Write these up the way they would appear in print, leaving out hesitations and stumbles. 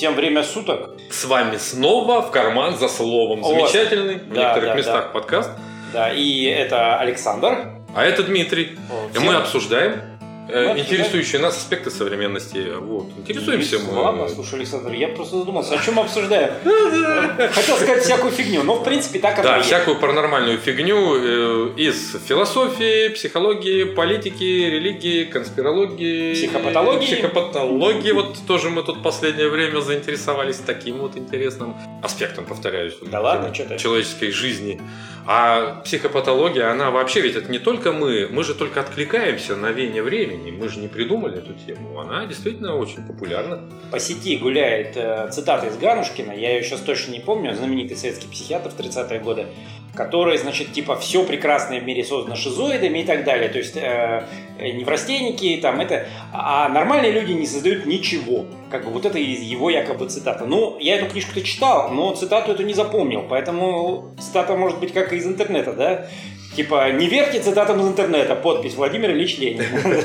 всем время суток. С вами снова «В карман за словом». Замечательный, в некоторых местах подкаст. Да, и это Александр. А это Дмитрий. И мы обсуждаем интересующие нас аспекты современности. Вот. Интересуемся мы. Ладно, слушай, Александр, я просто задумался, о чем мы обсуждаем. Хотел сказать всякую фигню, но в принципе так оно и есть. Всякую паранормальную фигню из философии, психологии, политики, религии, конспирологии, психопатологии. Вот тоже мы тут в последнее время заинтересовались таким вот интересным аспектом, повторяюсь, человеческой жизни. А психопатология, она вообще, ведь это не только мы же только откликаемся на веяние времени, мы же не придумали эту тему, она действительно очень популярна. По сети гуляет цитата из Ганушкина, я ее сейчас точно не помню, знаменитый советский психиатр в 30-е годы, который, значит, типа, все прекрасное в мире создано шизоидами и так далее, то есть неврастенники, там это, а нормальные люди не создают ничего. Как бы вот это его якобы цитата. Ну, я эту книжку-то читал, но цитату эту не запомнил, поэтому цитата может быть как и из интернета, да? Типа, не верьте цитатам из интернета, подпись Владимир Ильич Ленин.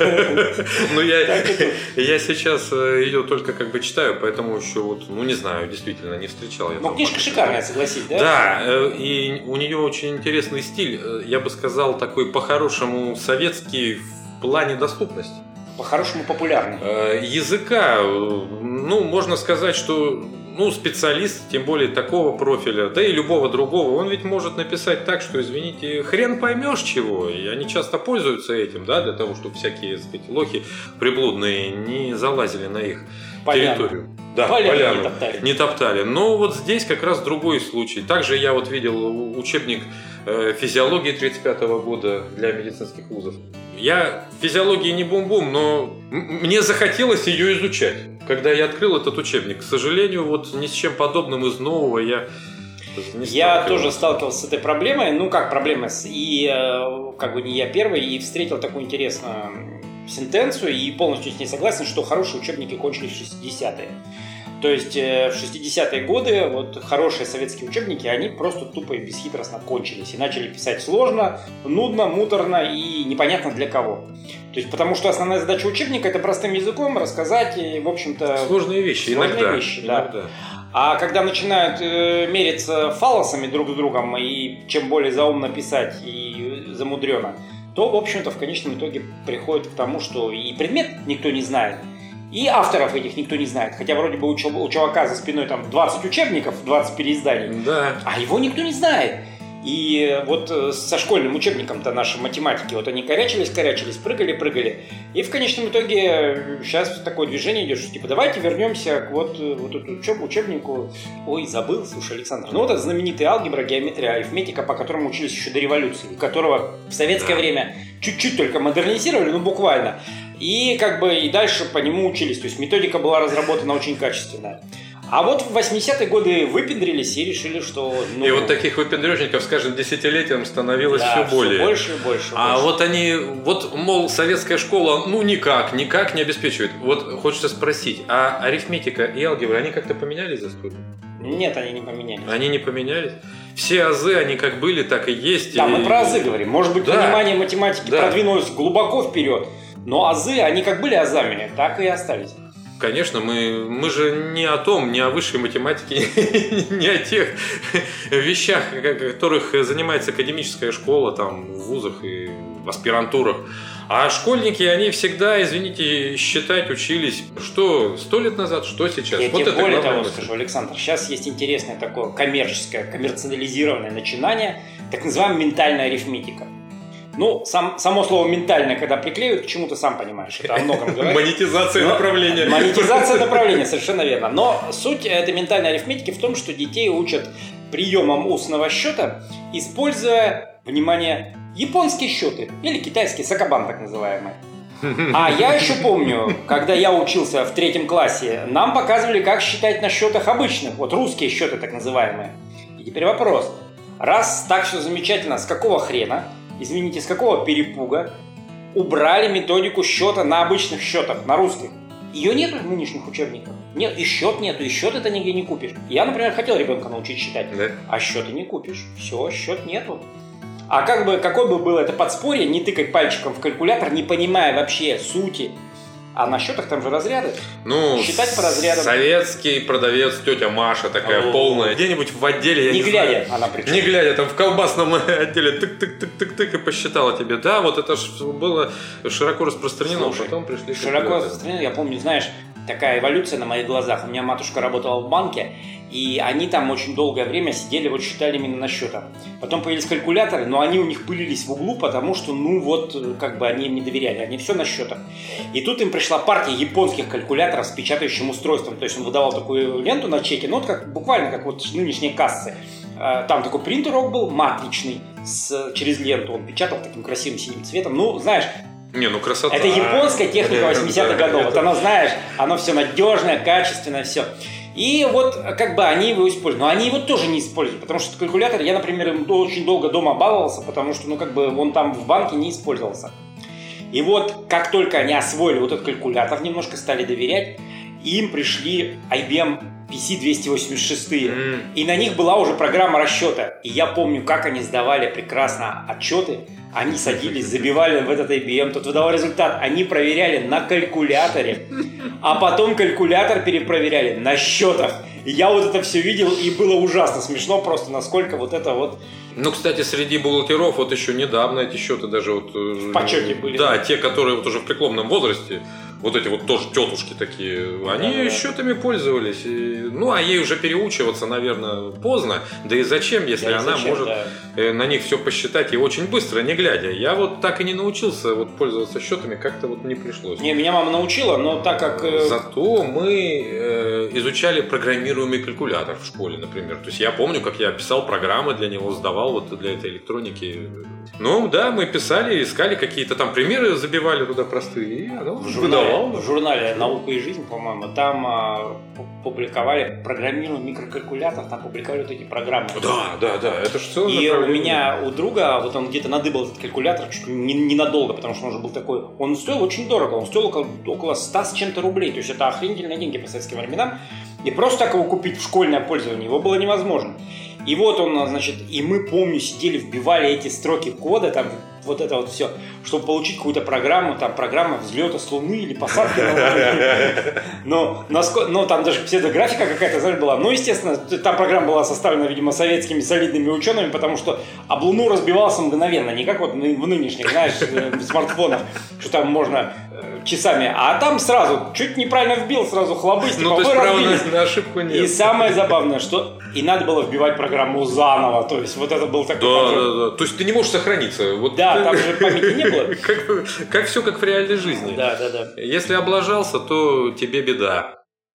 Ну, я сейчас ее только как бы читаю, поэтому еще вот, ну, не знаю, действительно, не встречал. Ну, книжка шикарная, согласись, да? Да, и у нее очень интересный стиль, я бы сказал, такой по-хорошему советский в плане доступности. По-хорошему популярный. Языка, ну, можно сказать, что специалист, тем более такого профиля, да и любого другого, он ведь может написать так, что, извините, хрен поймешь чего. И они часто пользуются этим, да, для того, чтобы всякие, так сказать, лохи приблудные не залазили на их территорию. Да, поляну не топтали. Но вот здесь как раз другой случай. Также я вот видел учебник физиологии 1935 года для медицинских вузов. Я в физиологии не бум-бум, но мне захотелось ее изучать, когда я открыл этот учебник. К сожалению, вот ни с чем подобным из нового я не сталкивался. Я тоже сталкивался с этой проблемой. Ну, как проблема, и как бы не я первый, и встретил такую интересную сентенцию, и полностью с ней согласен, что хорошие учебники кончились в 60-е. То есть в 60-е годы вот хорошие советские учебники, они просто тупо и бесхитростно кончились и начали писать сложно, нудно, муторно и непонятно для кого. То есть потому что основная задача учебника — это простым языком рассказать, и, в общем-то, сложные вещи, иногда. Да. А когда начинают мериться фаллосами друг с другом, и чем более заумно писать и замудренно, то, в общем-то, в конечном итоге приходит к тому, что и предмет никто не знает, и авторов этих никто не знает. Хотя вроде бы у чувака за спиной там 20 учебников, 20 переизданий, да. А его никто не знает. И вот со школьным учебником-то нашей математики, вот они корячились, прыгали. И в конечном итоге сейчас такое движение идет, что типа давайте вернемся к вот этому учебнику. Ой, забыл, слушай, Александр. Ну вот это знаменитая алгебра, геометрия, арифметика, по которому учились еще до революции, которого в советское время чуть-чуть только модернизировали, ну буквально. И как бы и дальше по нему учились. То есть методика была разработана очень качественная. А вот в 80-е годы выпендрились и решили, что... И вот таких выпендрежников с каждым десятилетием становилось все более. Все больше и больше. Вот они, мол, советская школа, никак не обеспечивает. Вот хочется спросить, а арифметика и алгебра, они как-то поменялись за столько? Нет, они не поменялись. Они не поменялись? Все азы, они как были, так и есть. Да, мы про азы говорим. Может быть, понимание математики продвинулось глубоко вперед, но азы, они как были азами, так и остались. Конечно, мы же не о том, не о высшей математике, не о тех вещах, которых занимается академическая школа там, в вузах и в аспирантурах. А школьники, они всегда, извините, считать учились, что 100 лет назад, что сейчас. Я тебе более того скажу, Александр, сейчас есть интересное такое коммерциализированное начинание, так называемая ментальная арифметика. Ну, само слово «ментальное», когда приклеивают к чему-то, сам понимаешь, это о многом говорит. Монетизация направления. Монетизация направления, совершенно верно. Но суть этой ментальной арифметики в том, что детей учат приемам устного счета, используя, внимание, японские счеты или китайские, сакабан так называемые. А я еще помню, когда я учился в 3 классе, нам показывали, как считать на счетах обычных, вот русские счеты так называемые. И теперь вопрос. Раз так все замечательно, с какого хрена, извините, с какого перепуга убрали методику счета на обычных счетах, на русских? Ее нету в нынешних учебниках. Нет, и счет нету, и счет это нигде не купишь. Я, например, хотел ребенка научить считать, а счета не купишь. Все, счет нету. А какое бы было это подспорье, не тыкать пальчиком в калькулятор, не понимая вообще сути А на счетах там же разряды. Ну, считать по разрядам. Советский продавец, тетя Маша такая полная. Где-нибудь в отделе, я не не глядя, знаю, она причем. не глядя, там в колбасном отделе тык-тык-тык-тык-тык и посчитала тебе. Да, вот это было широко распространено. Слушай, потом пришли широко распространено, я помню, знаешь, такая эволюция на моих глазах. У меня матушка работала в банке, и они там очень долгое время сидели, вот считали именно на счетах. Потом появились калькуляторы, но они у них пылились в углу, потому что, ну вот, как бы они им не доверяли, они все на счетах. И тут им пришла партия японских калькуляторов с печатающим устройством. То есть он выдавал такую ленту на чеке, ну вот как, буквально как вот нынешние кассы. Там такой принтерок был матричный, через ленту, он печатал таким красивым синим цветом. Ну, знаешь, не, ну красота. это японская техника 80-х годов. Вот оно, знаешь, оно все надежное, качественное, все. И вот как бы они его используют. Но они его тоже не используют, потому что калькулятор, я, например, им очень долго дома баловался, потому что, ну, как бы он там в банке не использовался. И вот как только они освоили вот этот калькулятор, немножко стали доверять, им пришли IBM PC-286. И на них была уже программа расчета. И я помню, как они сдавали прекрасно отчеты. Они садились, забивали в этот IBM, тот выдавал результат. Они проверяли на калькуляторе, а потом калькулятор перепроверяли на счетах. И я вот это все видел, и было ужасно смешно просто, насколько вот это вот... Ну, кстати, среди бухгалтеров вот еще недавно эти счеты даже вот... В почете были. Да, те, которые вот уже в преклонном возрасте, вот эти вот тоже тетушки такие, они счетами пользовались. Ну, а ей уже переучиваться, наверное, поздно. Да и зачем, если она может на них все посчитать и очень быстро, не глядя. Я вот так и не научился вот пользоваться счетами, как-то вот не пришлось. Не, меня мама научила, но так как... Зато мы изучали программируемый калькулятор в школе, например. То есть я помню, как я писал программы для него, сдавал вот для этой электроники. Ну, да, мы писали, искали какие-то там примеры, забивали туда простые, и оно выдавало. В журнале «Наука и жизнь», по-моему, там публиковали программируемый микрокалькулятор, там публиковали вот эти программы. Да, это же целое И направление. у меня, у друга, вот он где-то надыбал этот калькулятор, чуть ли ненадолго, потому что он уже был такой, он стоил очень дорого, он стоил около 100 с чем-то рублей, то есть это охренительные деньги по советским временам, и просто так его купить в школьное пользование его было невозможно. И вот он, значит, и мы, помню, сидели, вбивали эти строки кода, там, вот это вот все, чтобы получить какую-то программу, там, программа взлета с Луны или посадки на Луне. Но там даже псевдографика какая-то, знаешь, была. Ну, естественно, та программа была составлена, видимо, советскими солидными учеными, потому что об Луну разбивался мгновенно, не как вот в нынешних, знаешь, смартфонах, что там можно часами, а там сразу, чуть неправильно вбил, сразу хлобысь, ну, типа, то есть права на ошибку нет. И самое забавное, что и надо было вбивать программу заново, то есть вот это был такой... Да. То есть ты не можешь сохраниться. Вот да, там же памяти не было. Как все как в реальной жизни. Да. Если облажался, то тебе беда.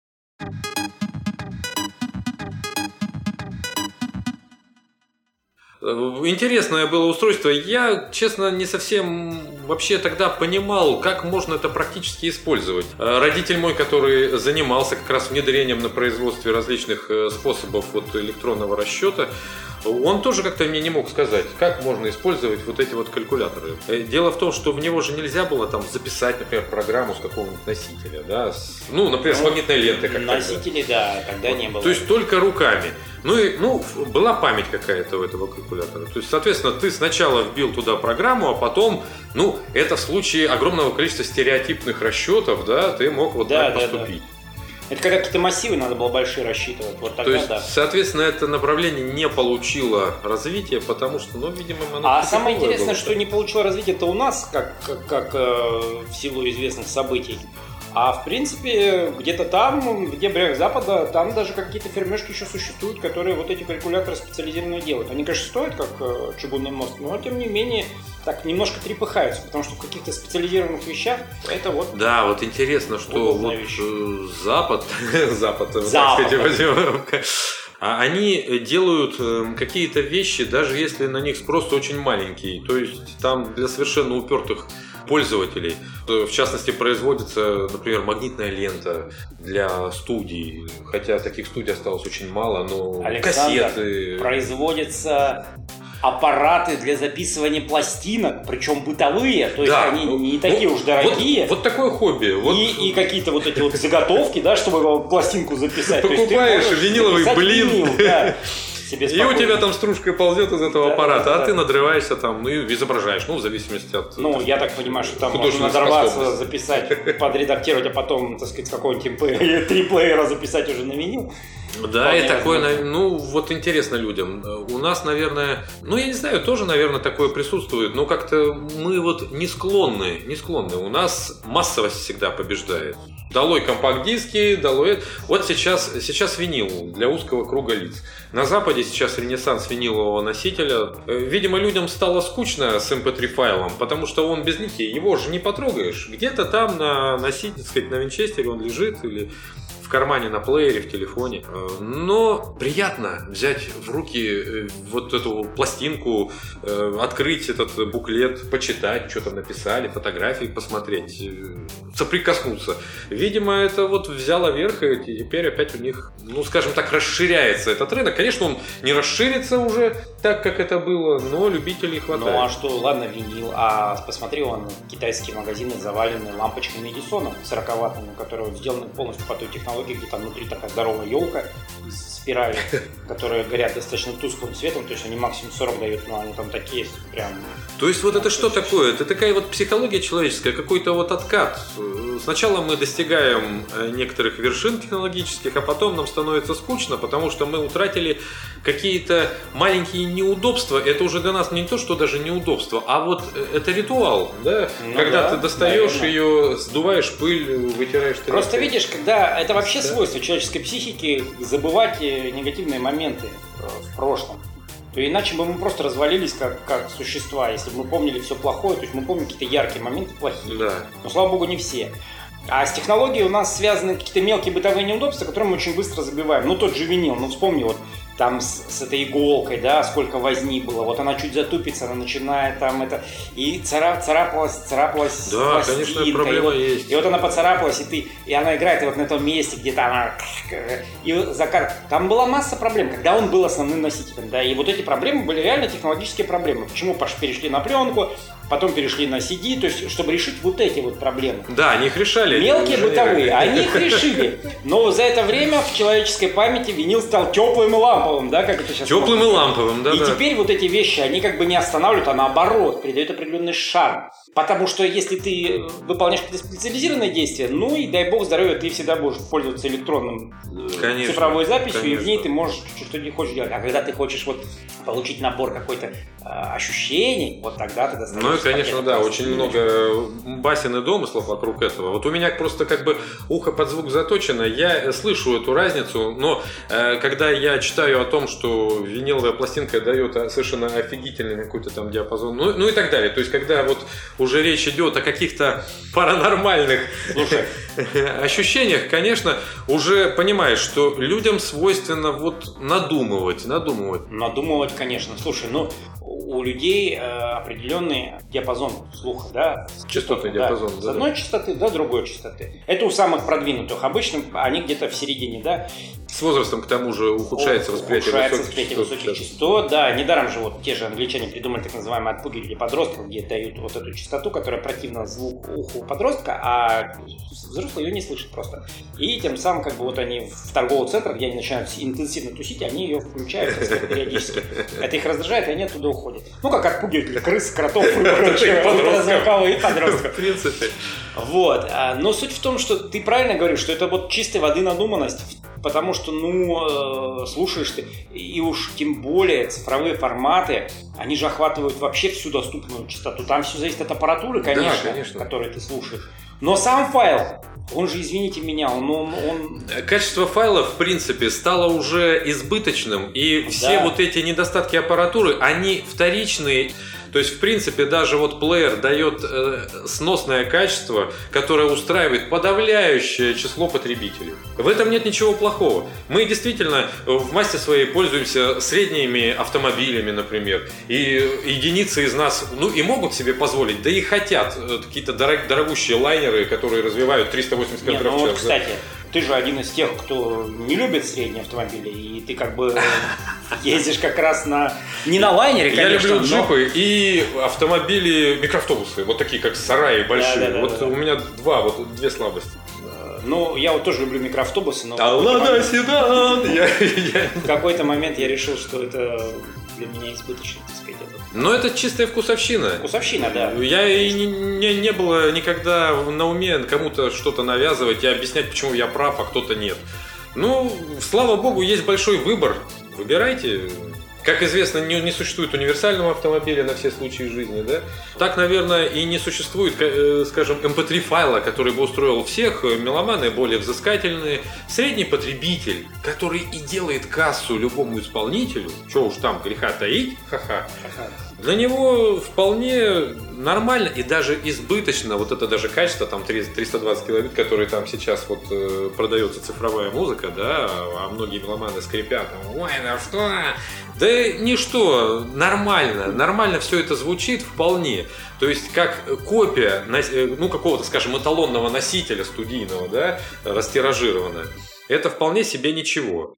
Интересное было устройство. Я, честно, не совсем вообще тогда понимал, как можно это практически использовать. Родитель мой, который занимался как раз внедрением на производстве различных способов вот электронного расчета, он тоже как-то мне не мог сказать, как можно использовать вот эти вот калькуляторы. Дело в том, что в него же нельзя было там записать, например, программу с какого-нибудь носителя, да, например, с магнитной лентой. Носители, да, тогда не было. То есть только руками. Была память какая-то у этого калькулятора. То есть, соответственно, ты сначала вбил туда программу, а потом, это в случае огромного количества стереотипных расчетов, да, ты мог вот так поступить. Да. Это когда какие-то массивы надо было большие рассчитывать. Вот тогда, то есть, соответственно, это направление не получило развития, потому что, видимо, оно... А самое интересное, что не получило развития, это у нас, как в силу известных событий. А в принципе, где-то там, где брях Запада, там даже какие-то фермешки еще существуют, которые вот эти калькуляторы специализированные делают. Они, конечно, стоят, как чугунный мост, но тем не менее так немножко трепыхаются, потому что в каких-то специализированных вещах это вот... Да, вот интересно, что вот Запад, так сказать, они делают какие-то вещи, даже если на них спрос очень маленький. То есть там для совершенно упертых пользователей. В частности, производится, например, магнитная лента для студий. Хотя таких студий осталось очень мало, но Александр, кассеты... производятся аппараты для записывания пластинок, причем бытовые, то есть они не такие уж дорогие. Вот такое хобби. И какие-то вот эти вот заготовки, да, чтобы пластинку записать. Покупаешь виниловый блин. себе И у тебя там стружка ползет из этого аппарата, а ты надрываешься там, ну и изображаешь, ну, в зависимости от... Ну, я так понимаю, что там можно надорваться, записать, подредактировать, а потом, так сказать, какого-нибудь MP3 плеера записать уже на винил. Да, и такое, ну, вот интересно людям. У нас, наверное, ну, я не знаю, тоже, наверное, такое присутствует, но как-то мы вот не склонны. У нас массовость всегда побеждает. Долой компакт-диски, долой... Вот сейчас винил для узкого круга лиц. На Западе сейчас ренессанс винилового носителя. Видимо, людям стало скучно с MP3 файлом, потому что он безликий, его же не потрогаешь. Где-то там на носителе, так сказать, на винчестере он лежит или... в кармане, на плеере, в телефоне. Но приятно взять в руки вот эту пластинку, открыть этот буклет, почитать, что там написали, фотографии посмотреть, соприкоснуться. Видимо, это вот взяло верх, и теперь опять у них, ну, скажем так, расширяется этот рынок. Конечно, он не расширится уже так, как это было, но любителей хватает. Ну, а что, ладно, винил, а посмотри, вон, китайские магазины завалены лампочками Эдисона 40-ваттными, которые вот сделаны полностью по той технологии, где там внутри такая здоровая елка из спирали, которые горят достаточно тусклым светом, то есть они максимум 40 дают, но они там такие прям... То есть вот это что такое? Это такая вот психология человеческая, какой-то вот откат. Сначала мы достигаем некоторых вершин технологических, а потом нам становится скучно, потому что мы утратили какие-то маленькие неудобства. Это уже для нас не то, что даже неудобство, а вот это ритуал, да? Ну, когда ты достаешь ее, сдуваешь пыль, вытираешь тряпкой. Просто видишь, когда это вообще свойство человеческой психики забывать негативные моменты в прошлом. То иначе бы мы просто развалились как существа, если бы мы помнили все плохое, то есть мы помним какие-то яркие моменты плохие. Да. Но, слава богу, не все. А с технологией у нас связаны какие-то мелкие бытовые неудобства, которые мы очень быстро забиваем. Ну, тот же винил, ну, вспомни, вот там с этой иголкой, да, сколько возни было. Вот она чуть затупится, она начинает там это... И царапалась да, пластинка. конечно, проблема есть. И вот она поцарапалась, и она играет и вот на том месте, где-то она... И там была масса проблем, когда он был основным носителем, да, и вот эти проблемы были реально технологические проблемы. Почему перешли на пленку, потом перешли на CD, то есть, чтобы решить вот эти вот проблемы. Да, они их решали. Мелкие бытовые, они их решили. Но за это время в человеческой памяти винил стал теплым и ламповым, да, как это сейчас теплым и ламповым, да. И теперь вот эти вещи, они как бы не останавливают, а наоборот, придают определенный шарм. Потому что если ты выполняешь какие-то специализированные действия, ну и дай бог здоровья, ты всегда будешь пользоваться электронным цифровой записью, и в ней ты можешь что не хочешь делать. А когда ты хочешь вот получить набор какой-то ощущений, вот тогда ты достаточно... Ну и, конечно, да, очень много басен и домыслов вокруг этого. Вот у меня просто как бы ухо под звук заточено, я слышу эту разницу, но когда я читаю о том, что виниловая пластинка дает совершенно офигительный какой-то там диапазон, ну и так далее. То есть, когда вот уже речь идет о каких-то паранормальных ощущениях, конечно, уже понимаешь, что людям свойственно вот надумывать. Надумывать, конечно. Слушай, ну у людей определенный диапазон слуха, да? Частотный диапазон, да. С одной частоты до другой частоты. Это у самых продвинутых. Обычно они где-то в середине, да? С возрастом, к тому же, ухудшается восприятие высоких частот. Да, недаром же вот те же англичане придумали так называемые отпугиватели подростков, где дают вот эту частоту, которая противна уху подростка, а взрослый ее не слышит просто. И тем самым, как бы вот они в торговых центрах, где они начинают интенсивно тусить, они ее включают, так сказать, периодически. Это их раздражает, и они оттуда уходят. Ну, как отпугиватели крыс, кротов и прочее, ультразвуковые подростков. В принципе. Вот. Но суть в том, что ты правильно говоришь, что это вот чистой воды надуманность. Потому что, слушаешь ты, и уж тем более цифровые форматы, они же охватывают вообще всю доступную частоту. Там все зависит от аппаратуры, конечно. Которую ты слушаешь. Но сам файл, он же, извините меня, он... Качество файла, в принципе, стало уже избыточным, и все вот эти недостатки аппаратуры, они вторичные. То есть, в принципе, даже вот плеер дает сносное качество, которое устраивает подавляющее число потребителей. В этом нет ничего плохого. Мы действительно в массе своей пользуемся средними автомобилями, например. И единицы из нас, и могут себе позволить, да и хотят какие-то дорогущие лайнеры, которые развивают 380 км в час. Кстати, ты же один из тех, кто не любит средние автомобили, и ты как бы ездишь как раз не на лайнере, конечно. Я люблю джипы и автомобили, микроавтобусы, вот такие как сараи большие. Да. У меня две слабости. Ну, я вот тоже люблю микроавтобусы, но... Лада седан! В какой-то момент я решил, что это для меня избыточно, так сказать. Но это чистая вкусовщина. Вкусовщина, да. Я и не было никогда на уме кому-то что-то навязывать и объяснять, почему я прав, а кто-то нет. Ну, слава богу, есть большой выбор. Выбирайте. Как известно, не существует универсального автомобиля на все случаи жизни, да? Так, наверное, и не существует, скажем, MP3 файла, который бы устроил всех. Меломаны более взыскательные. Средний потребитель, который и делает кассу любому исполнителю, что уж там греха таить, ха-ха, для него вполне нормально и даже избыточно вот это даже качество, там 320 килобит, который там сейчас вот продается цифровая музыка, да, а многие меломаны скрипят, ой, да что? Да ничто, нормально все это звучит вполне. То есть как копия, ну, какого-то, скажем, эталонного носителя студийного, да, растиражированная, это вполне себе ничего.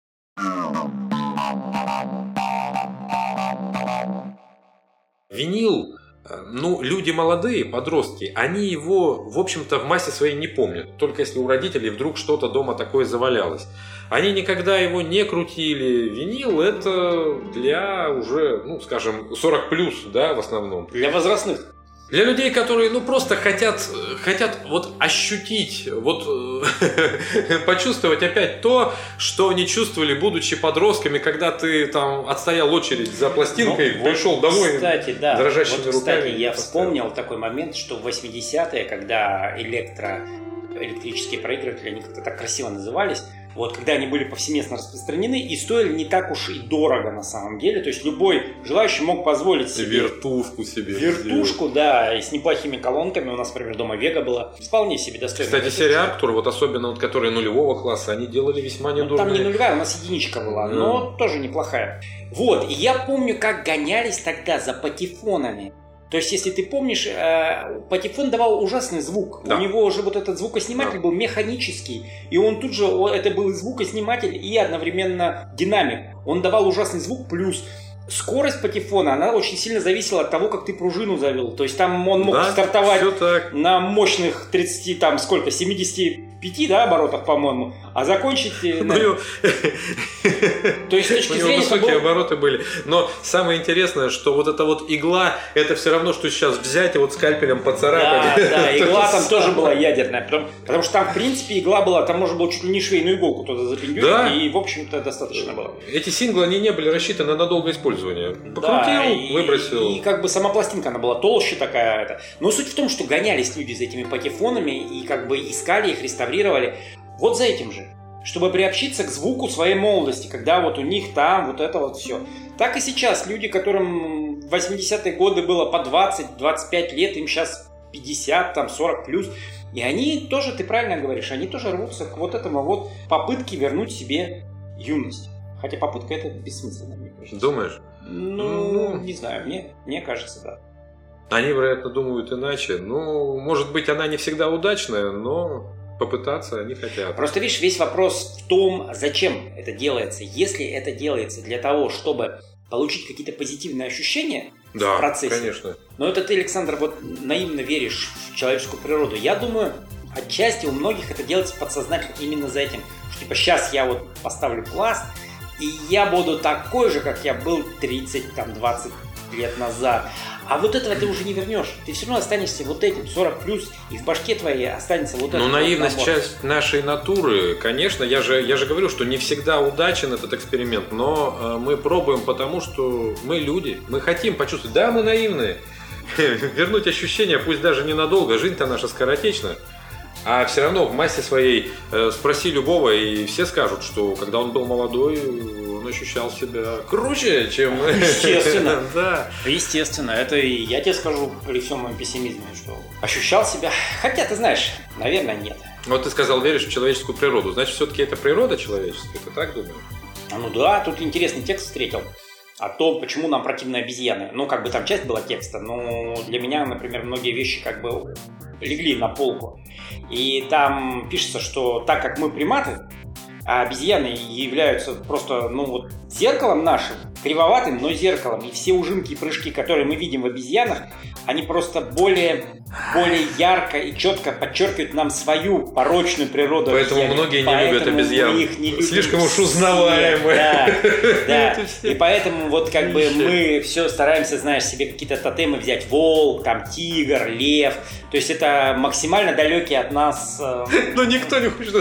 Винил, ну, люди молодые, подростки, они его, в общем-то, в массе своей не помнят. Только если у родителей вдруг что-то дома такое завалялось. Они никогда его не крутили. Винил это для уже, ну, скажем, 40+, да, в основном. Для возрастных. Для людей, которые, ну, просто хотят вот ощутить, вот почувствовать опять то, что они чувствовали, будучи подростками, когда ты там отстоял очередь за пластинкой, ну, пришел домой, кстати, да. дрожащими вот, руками. Кстати, я вспомнил такой момент, что в 80-е, когда электрические проигрыватели, они как-то так красиво назывались, вот, когда они были повсеместно распространены и стоили не так уж и дорого на самом деле. То есть любой желающий мог позволить себе вертушку сделать. Да, и с неплохими колонками. У нас, например, дома Вега была вполне себе достойная. Кстати, серия Арктур, вот особенно вот, которые нулевого класса, они делали весьма недорого. Там не нулевая, у нас единичка была, но тоже неплохая. Вот, и я помню, как гонялись тогда за патефонами. То есть, если ты помнишь, патефон давал ужасный звук. Да. У него уже вот этот звукосниматель был механический. И он тут же, это был и звукосниматель, и одновременно динамик. Он давал ужасный звук, плюс скорость патефона, она очень сильно зависела от того, как ты пружину завел. То есть, там он мог стартовать на мощных 30, там сколько, 75, да, оборотах, по-моему, а закончить... То есть, с точки зрения... высокие обороты были. Но самое интересное, что вот эта вот игла, это все равно, что сейчас взять и вот скальпелем поцарапать. Да, игла там тоже была ядерная. Потому что там, в принципе, игла была, там можно было чуть ли не швейную иголку туда запиндюрить, и, в общем-то, достаточно было. Эти синглы, они не были рассчитаны на долгое использование. Покрутил, выбросил. И как бы сама пластинка, она была толще такая. Но суть в том, что гонялись люди за этими патефонами и как бы искали их, реставрировали. Вот за этим же. Чтобы приобщиться к звуку своей молодости, когда вот у них там вот это вот все. Так и сейчас люди, которым в 80-е годы было по 20-25 лет, им сейчас 50, там 40 плюс. И они тоже, ты правильно говоришь, они тоже рвутся к вот этому вот попытке вернуть себе юность. Хотя попытка это бессмысленная, мне кажется. Думаешь? Ну, не знаю, мне кажется, да. Они, вероятно, думают иначе. Ну, может быть, она не всегда удачная, но попытаться они хотят. Просто, видишь, весь вопрос в том, зачем это делается. Если это делается для того, чтобы получить какие-то позитивные ощущения в процессе. Да, конечно. Но это ты, Александр, вот наивно веришь в человеческую природу. Я думаю, отчасти у многих это делается подсознательно именно за этим. Что, типа, сейчас я вот поставлю пласт, и я буду такой же, как я был 30-20 лет назад. А вот этого ты уже не вернешь. Ты все равно останешься вот этим, 40+, и в башке твоей останется вот это. Ну, наивность – часть нашей натуры. Конечно, я же говорю, что не всегда удачен этот эксперимент, но мы пробуем, потому что мы люди, мы хотим почувствовать. Да, мы наивные. Вернуть ощущения, пусть даже ненадолго, жизнь-то наша скоротечна. А все равно в массе своей спроси любого, и все скажут, что когда он был молодой, он ощущал себя круче, чем... Естественно. Да. Естественно. Это и я тебе скажу при всем моем пессимизме, что ощущал себя... Хотя, ты знаешь, наверное, нет. Вот ты сказал, веришь в человеческую природу. Значит, все-таки это природа человеческая, ты так думаешь? Ну да, тут интересный текст встретил. О том, почему нам противны обезьяны. Ну, как бы там часть была текста, но для меня, например, многие вещи как бы легли на полку. И там пишется, что так как мы приматы, а обезьяны являются просто, ну вот, зеркалом нашим, кривоватым, но зеркалом. И все ужимки и прыжки, которые мы видим в обезьянах, они просто более ярко и четко подчеркивают нам свою порочную природу. Поэтому обезьян. Многие не любят обезьян. Их не любят. Слишком уж узнаваемые. Да. И поэтому вот как бы мы все стараемся, знаешь, себе какие-то тотемы взять. Волк, там тигр, лев. То есть это максимально далекие от нас. Но никто не хочет.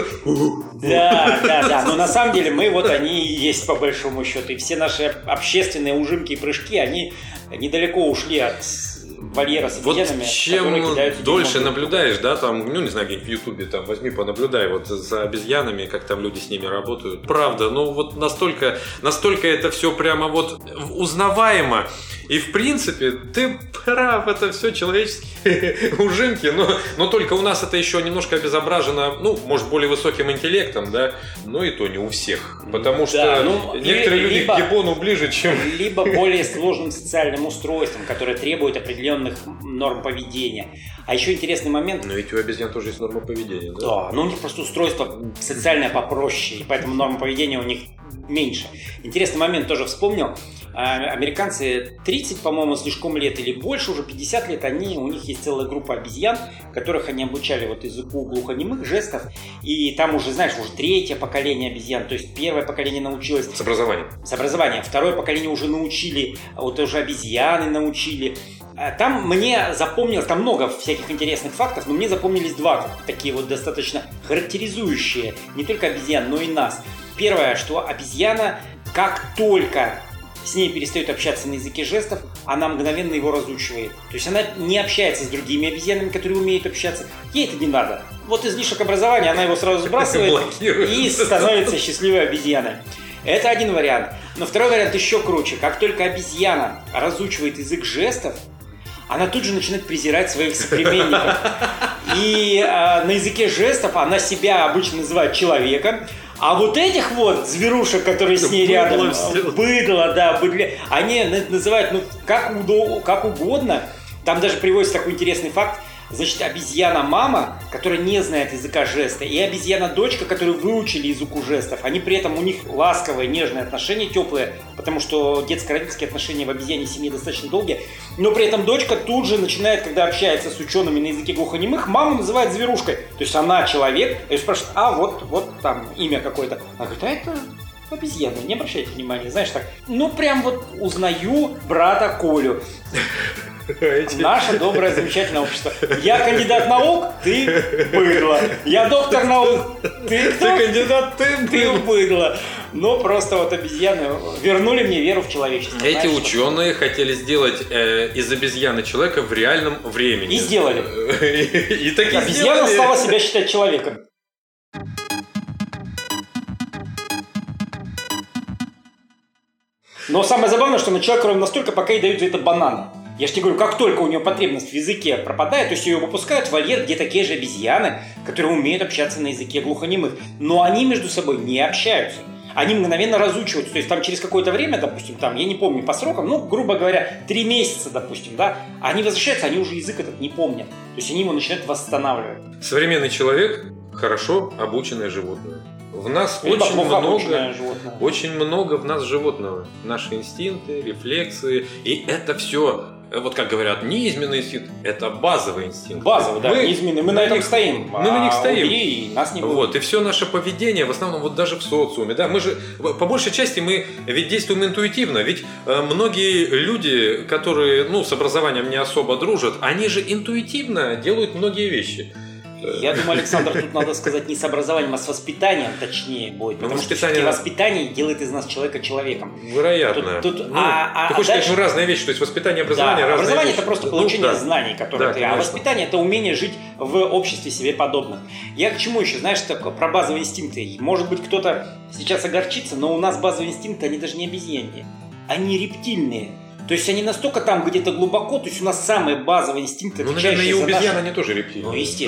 Да. Но на самом деле мы вот они и есть по большому счету. И все наши общественные ужимки и прыжки, они недалеко ушли от вольера с обезьянами. Вот чем дольше наблюдаешь, да, там, ну, не знаю, где-нибудь в Ютубе, там, возьми, понаблюдай вот за обезьянами, как там люди с ними работают. Правда, ну, вот настолько это все прямо вот узнаваемо. И, в принципе, ты прав, это все человеческие ужимки, но только у нас это еще немножко обезображено, ну, может, более высоким интеллектом, да, но и то не у всех. Потому что некоторые люди к Япону ближе, чем... Либо более сложным социальным устройством, которое требует определенных норм поведения. А еще интересный момент... Но ведь у обезьян тоже есть нормы поведения, да? Да, но у них просто устройство социальное попроще, и поэтому норма поведения у них меньше. Интересный момент тоже вспомнил. Американцы 30, по-моему, слишком лет или больше, уже 50 лет, у них есть целая группа обезьян, которых они обучали вот языку глухонемых жестов. И там уже, знаешь, уже третье поколение обезьян. То есть первое поколение научилось... С образованием. С образованием. Второе поколение уже научили, вот уже обезьяны научили. Там мне запомнилось, там много всяких интересных фактов, но мне запомнились два такие вот достаточно характеризующие не только обезьян, но и нас. Первое, что обезьяна, как только с ней перестает общаться на языке жестов, она мгновенно его разучивает. То есть она не общается с другими обезьянами, которые умеют общаться. Ей это не надо. Вот излишек образования, она его сразу сбрасывает и становится счастливой обезьяной. Это один вариант. Но второй вариант еще круче. Как только обезьяна разучивает язык жестов, она тут же начинает презирать своих соплеменников. И на языке жестов она себя обычно называет человеком. А вот этих вот зверушек, которые с ней рядом, быдло, они называют как угодно. Там даже приводится такой интересный факт. Значит, обезьяна-мама, которая не знает языка жеста, и обезьяна-дочка, которые выучили языку жестов, они при этом, у них ласковые, нежные отношения, теплые, потому что детско-родительские отношения в обезьяне семье достаточно долгие, но при этом дочка тут же начинает, когда общается с учеными на языке глухонемых, маму называет зверушкой. То есть она человек, и спрашивает, вот там имя какое-то. Она говорит, а это обезьяна, не обращайте внимания, знаешь, так, прям вот узнаю брата Колю. Наше доброе, замечательное общество. Я кандидат наук, ты быдло. Я доктор наук, ты кто? Ты кандидат, ты быдло. Но просто вот обезьяны вернули мне веру в человечество. Эти ученые хотели сделать из обезьяны человека в реальном времени. И сделали. И так и обезьяна стала себя считать человеком. Но самое забавное, что на человека настолько пока и дают за это бананы. Я же тебе говорю, как только у нее потребность в языке пропадает, то есть ее выпускают в вольер, где такие же обезьяны, которые умеют общаться на языке глухонемых. Но они между собой не общаются. Они мгновенно разучиваются. То есть там через какое-то время, допустим, там, я не помню по срокам, грубо говоря, 3 месяца, допустим, да, они возвращаются, они уже язык этот не помнят. То есть они его начинают восстанавливать. Современный человек – хорошо обученное животное. В нас очень много в нас животного. Наши инстинкты, рефлексы. И это все, вот как говорят, неизменный инстинкт, это базовый инстинкт. Базовый, да, неизменный. Мы на этом стоим. Мы на них стоим. И нас не будет. Вот, и все наше поведение, в основном, вот даже в социуме, да, мы же, по большей части, мы ведь действуем интуитивно. Ведь многие люди, которые, с образованием не особо дружат, они же интуитивно делают многие вещи. Я думаю, Александр, тут надо сказать не с образованием, а с воспитанием точнее будет. Потому что воспитание делает из нас человека человеком. Вероятно. Ты хочешь сказать, разные вещи. То есть воспитание и образование разные образование вещи. Это просто получение знаний, которые ты. А воспитание это умение жить в обществе себе подобных. Я к чему еще, знаешь, такое про базовые инстинкты. Может быть, кто-то сейчас огорчится, но у нас базовые инстинкты, они даже не обезьяньи. Они рептильные. То есть они настолько там где-то глубоко, то есть у нас самые базовые инстинкты, наверное, и у обезьян они тоже рептильные. Естественно.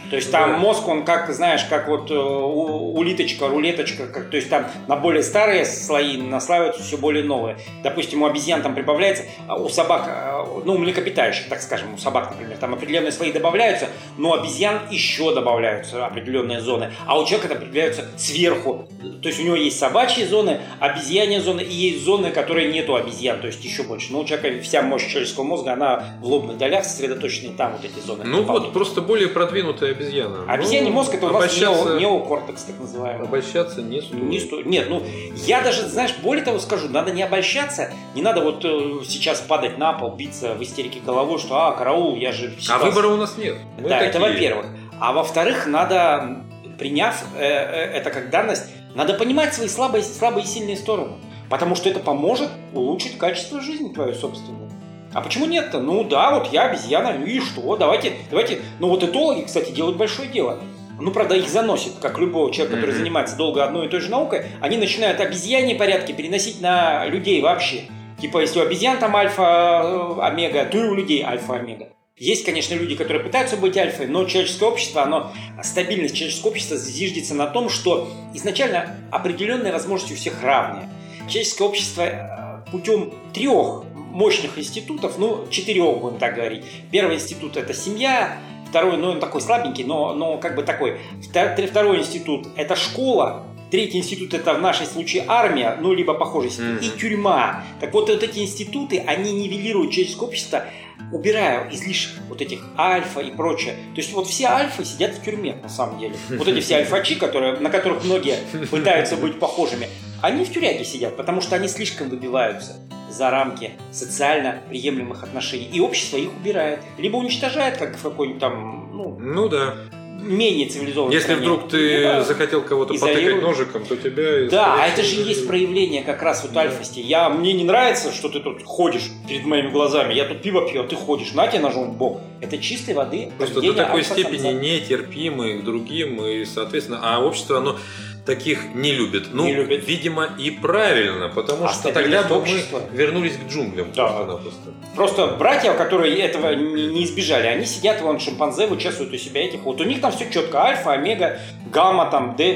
То есть там мозг, он как, знаешь, как вот улиточка, рулеточка, то есть там на более старые слои наслаиваются все более новые. Допустим, у обезьян там прибавляется, у собак, ну, у млекопитающих, так скажем, у собак, например, там определенные слои добавляются, но у обезьян еще добавляются определенные зоны, а у человека это определяются сверху. То есть у него есть собачьи зоны, обезьяньи зоны и есть зоны, которые нету обезьян, то есть еще больше. Но у человека вся мощь человеческого мозга, она в лобных долях сосредоточена, и там вот эти зоны. Ну вот, просто более продвинутая обезьяна. Обезьяний мозг — это у нас неокортекс, так называемый. Обольщаться не стоит. Нет, ну, я даже, знаешь, более того скажу, надо не обольщаться, не надо вот сейчас падать на пол, биться в истерике головой, что, караул, я же... А выбора у нас нет. Да, это во-первых. А во-вторых, надо, приняв это как данность, надо понимать свои слабые и сильные стороны. Потому что это поможет улучшить качество жизни твою собственную. А почему нет-то? Ну да, вот я обезьяна, ну и что? Давайте. Ну вот этологи, кстати, делают большое дело. Ну, правда, их заносит, как любого человека, который занимается долго одной и той же наукой. Они начинают обезьяньи порядки переносить на людей вообще. Типа, если у обезьян там альфа-омега, то и у людей альфа-омега. Есть, конечно, люди, которые пытаются быть альфой, но человеческое общество, стабильность человеческого общества зиждется на том, что изначально определенные возможности у всех равные. Человеческое общество путем 3 мощных институтов, 4 будем так говорить. Первый институт – это семья, второй, он такой слабенький, но как бы такой. Второй институт – это школа. Третий институт – это в нашем случае армия, либо похожий институт, и тюрьма. Так вот эти институты, они нивелируют человеческое общество, убирая излишек вот этих альфа и прочее. То есть вот все альфы сидят в тюрьме, на самом деле. Вот эти все альфачи, на которых многие пытаются быть похожими, они в тюряге сидят, потому что они слишком выбиваются за рамки социально приемлемых отношений. И общество их убирает. Либо уничтожает, как в какой-нибудь там, да. менее цивилизованной Если стране. вдруг ты захотел кого-то потыкать ножиком, то тебя... Да, а это же и есть проявление как раз вот альфости. Мне не нравится, что ты тут ходишь перед моими глазами. Я тут пиво пью, а ты ходишь. На тебе ножом в бок. Это чистой воды. Просто до такой степени нетерпимы к другим. И, соответственно, а общество, оно таких не любит. Не любит. Видимо, и правильно, потому что тогда бы мы вернулись к джунглям. Да. Просто братья, которые этого не избежали, они сидят, шимпанзе вычесывают у себя этих. Вот у них там все четко. Альфа, омега, гамма,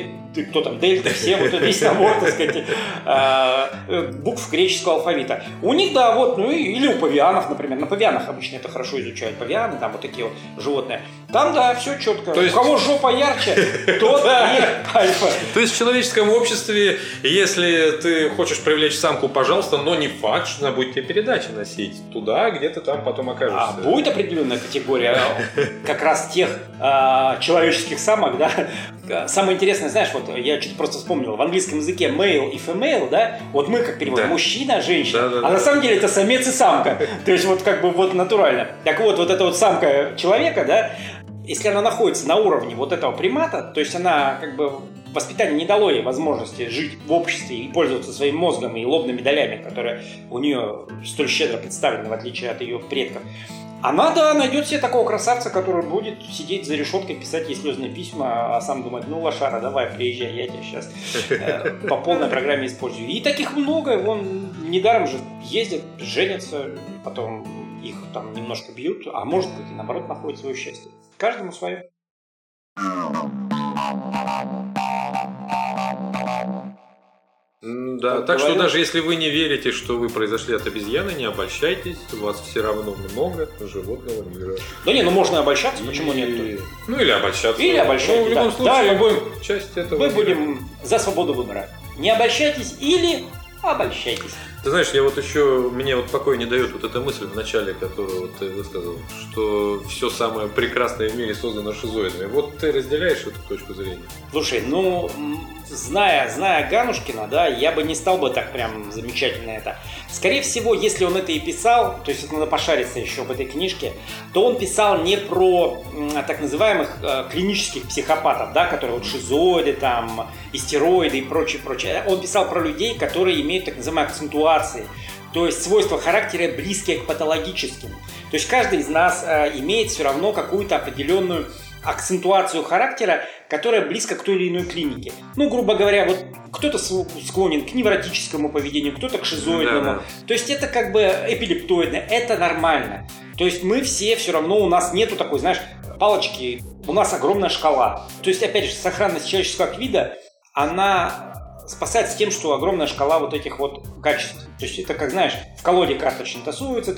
дельта, все, вот весь набор, так сказать, букв греческого алфавита. У них, да, или у павианов, например. На павианах обычно это хорошо изучают. Павианы, там вот такие вот животные. Там, да, все четко. У кого жопа ярче, тот и альфа. То есть в человеческом обществе, если ты хочешь привлечь самку, пожалуйста, но не факт, что она будет тебе передачи носить туда, где ты там потом окажешься. А будет определенная категория как раз тех человеческих самок, да. Самое интересное, знаешь, я что-то просто вспомнил, в английском языке male и female, да, вот мы как переводим, мужчина, женщина, а на самом деле это самец и самка, то есть натурально. Так вот эта вот самка человека, да, если она находится на уровне вот этого примата, то есть она воспитание не дало ей возможности жить в обществе и пользоваться своим мозгом и лобными долями, которые у нее столь щедро представлены, в отличие от ее предков. Она, найдет себе такого красавца, который будет сидеть за решеткой, писать ей слезные письма, а сам думать, лошара, давай, приезжай, я тебя сейчас по полной программе использую. И таких много, недаром же ездят, женятся, потом их там немножко бьют, а может быть и наоборот находят свое счастье. Каждому свое. Да, так что даже если вы не верите, что вы произошли от обезьяны, не обольщайтесь, у вас все равно много животного мира. Да можно обольщаться, почему нет? Или обольщаться. Или обольщаться, в любом случае, часть этого мы будем за свободу выбора. Не обольщайтесь или обольщайтесь. Ты знаешь, мне покоя не дает эта мысль в начале, которую ты высказал, что все самое прекрасное в мире создано шизоидами. Вот ты разделяешь эту точку зрения? Слушай, зная Ганушкина, да, я бы не стал бы так прям замечательно это. Скорее всего, если он это и писал, то есть надо пошариться еще в этой книжке, то он писал не про так называемых клинических психопатов, да, которые шизоиды, там, истероиды и прочее. Он писал про людей, которые имеют так называемые акцентуации. То есть свойства характера близкие к патологическим. То есть каждый из нас имеет все равно какую-то определенную акцентуацию характера, которая близка к той или иной клинике. Грубо говоря, кто-то склонен к невротическому поведению, кто-то к шизоидному. Да. То есть это эпилептоидное, это нормально. То есть мы все равно, у нас нету такой, знаешь, палочки, у нас огромная шкала. То есть, опять же, сохранность человеческого как вида, она спасается тем, что огромная шкала вот этих вот качеств. То есть это, как знаешь, в колоде карточной тасуется,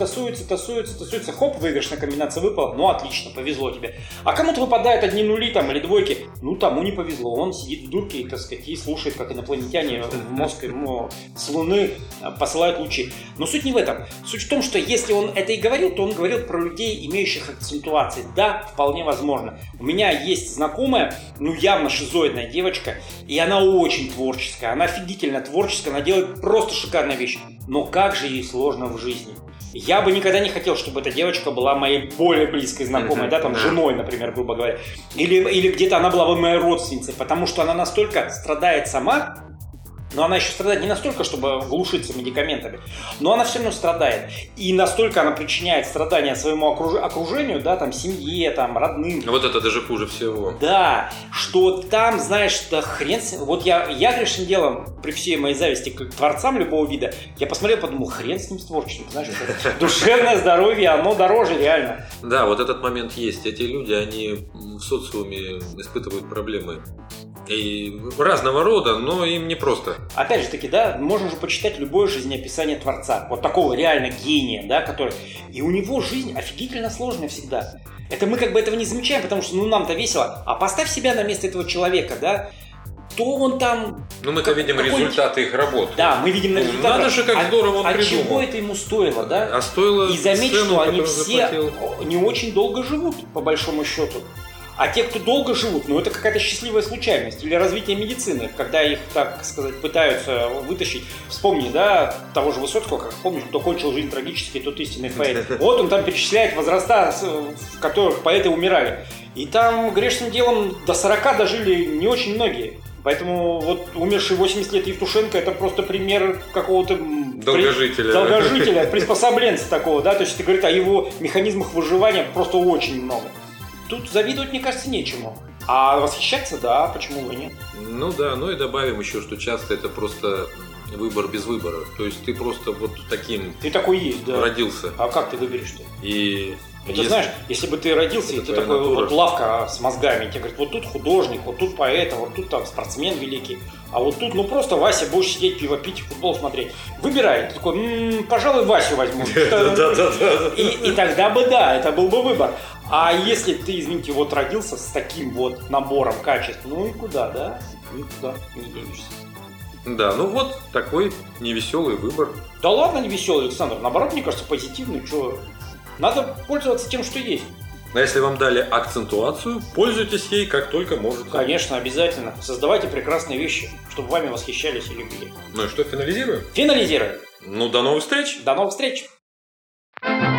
хоп, выигрышная комбинация выпала, ну отлично, повезло тебе. А кому-то выпадают одни нули там или двойки, ну тому не повезло, он сидит в дурке и, так сказать, и слушает, как инопланетяне в мозг ему с Луны посылают лучи. Но суть не в этом. Суть в том, что если он это и говорил, то он говорил про людей, имеющих акцентуации. Да, вполне возможно. У меня есть знакомая, ну явно шизоидная девочка, и она очень творческая, она офигительно творческая, она делает просто шикарные вещи. Но как же ей сложно в жизни. Я бы никогда не хотел, чтобы эта девочка была моей более близкой знакомой, да, там, женой, например, грубо говоря. Или где-то она была бы моей родственницей, потому что она настолько страдает сама, но она еще страдает не настолько, чтобы глушиться медикаментами, но она все равно страдает. И настолько она причиняет страдания своему окружению, да, там, семье, там, родным. Вот это даже хуже всего. Да, что там, знаешь, да хрен с ним. Вот я грешным делом, при всей моей зависти к творцам любого вида, я посмотрел, подумал, хрен с ним с творчеством, знаешь, душевное здоровье, оно дороже реально. Да, вот этот момент есть. Эти люди, они в социуме испытывают проблемы. И разного рода, но им не просто. Опять же таки, да, можно же почитать любое жизнеописание творца, вот такого реально гения, да, который... И у него жизнь офигительно сложная всегда. Это мы как бы этого не замечаем, потому что, ну, нам-то весело. А поставь себя на место этого человека, да, то он там... Ну, мы-то видим результаты их работ. Да, мы видим результаты. Надо же, как здорово он придумал. Чего это ему стоило, да? А стоило... И заметь, цену, что они все заплатил. не очень долго живут, по большому счету. А те, кто долго живут, ну это какая-то счастливая случайность. Или развитие медицины, когда их, так сказать, пытаются вытащить. Вспомни, да, того же Высоцкого, как помнишь, кто кончил жизнь трагически, тот истинный поэт. Вот он там перечисляет возраста, в которых поэты умирали. И там грешным делом до 40 дожили не очень многие. Поэтому вот умерший 80 лет Евтушенко — это просто пример какого-то... Долгожителя, приспособленца такого, да. То есть это говорит о его механизмах выживания просто очень много. Тут завидовать, мне кажется, нечему. А восхищаться, да, почему бы нет? Ну да, ну и добавим еще, что часто это просто выбор без выбора. То есть ты просто вот таким ты такой есть, да. Родился. А как ты выберешь-то? И это знаешь, если бы ты родился, и ты такой вот лавка с мозгами, тебе говорят, вот тут художник, вот тут поэт, вот тут там спортсмен великий, а вот тут, ну просто Вася, будешь сидеть, пиво пить, футбол смотреть. Выбирай. Ты такой, пожалуй, Васю возьму. И тогда бы, да, это был бы выбор. А если ты, извините, вот родился с таким вот набором качеств, ну никуда, да? Никуда не денешься. Да, ну вот такой невеселый выбор. Да ладно, невеселый, Александр. Наоборот, мне кажется, позитивный. Что? Надо пользоваться тем, что есть. А если вам дали акцентуацию, пользуйтесь ей как только можете. Конечно, обязательно. Создавайте прекрасные вещи, чтобы вами восхищались и любили. Ну и что, финализируем? Финализируем. Ну, до новых встреч. До новых встреч.